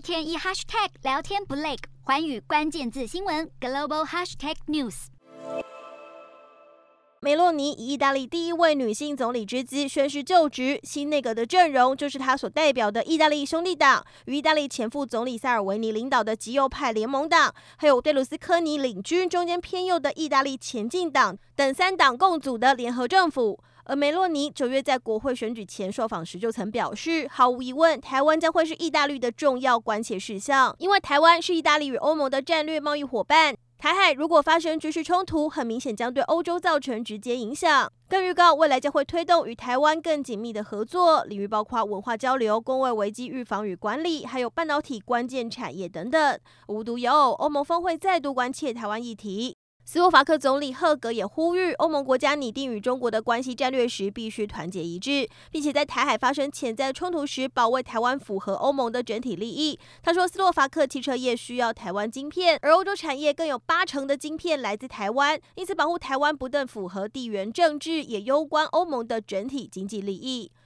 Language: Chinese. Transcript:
天一 hashtag 聊天不累，寰宇关键字新闻 global hashtag news。 梅洛尼以意大利第一位女性总理之姿宣誓就职，新内阁的阵容就是她所代表的意大利兄弟党与意大利前副总理萨尔维尼领导的极右派联盟党，还有贝鲁斯科尼领军中间偏右的意大利前进党等3党共组的联合政府。而梅洛尼9月在国会选举前受访时就曾表示，毫无疑问，台湾将会是意大利的重要关切事项，因为台湾是意大利与欧盟的战略贸易伙伴。台海如果发生局势冲突，很明显将对欧洲造成直接影响。更预告未来将会推动与台湾更紧密的合作，领域包括文化交流、公卫危机预防与管理，还有半导体关键产业等等。无独有偶，欧盟峰会再度关切台湾议题。斯洛伐克总理赫格也呼吁欧盟国家拟定与中国的关系战略时必须团结一致，并且在台海发生潜在冲突时保卫台湾符合欧盟的整体利益。他说，斯洛伐克汽车业需要台湾晶片，而欧洲产业更有80%的晶片来自台湾，因此保护台湾不但符合地缘政治，也攸关欧盟的整体经济利益。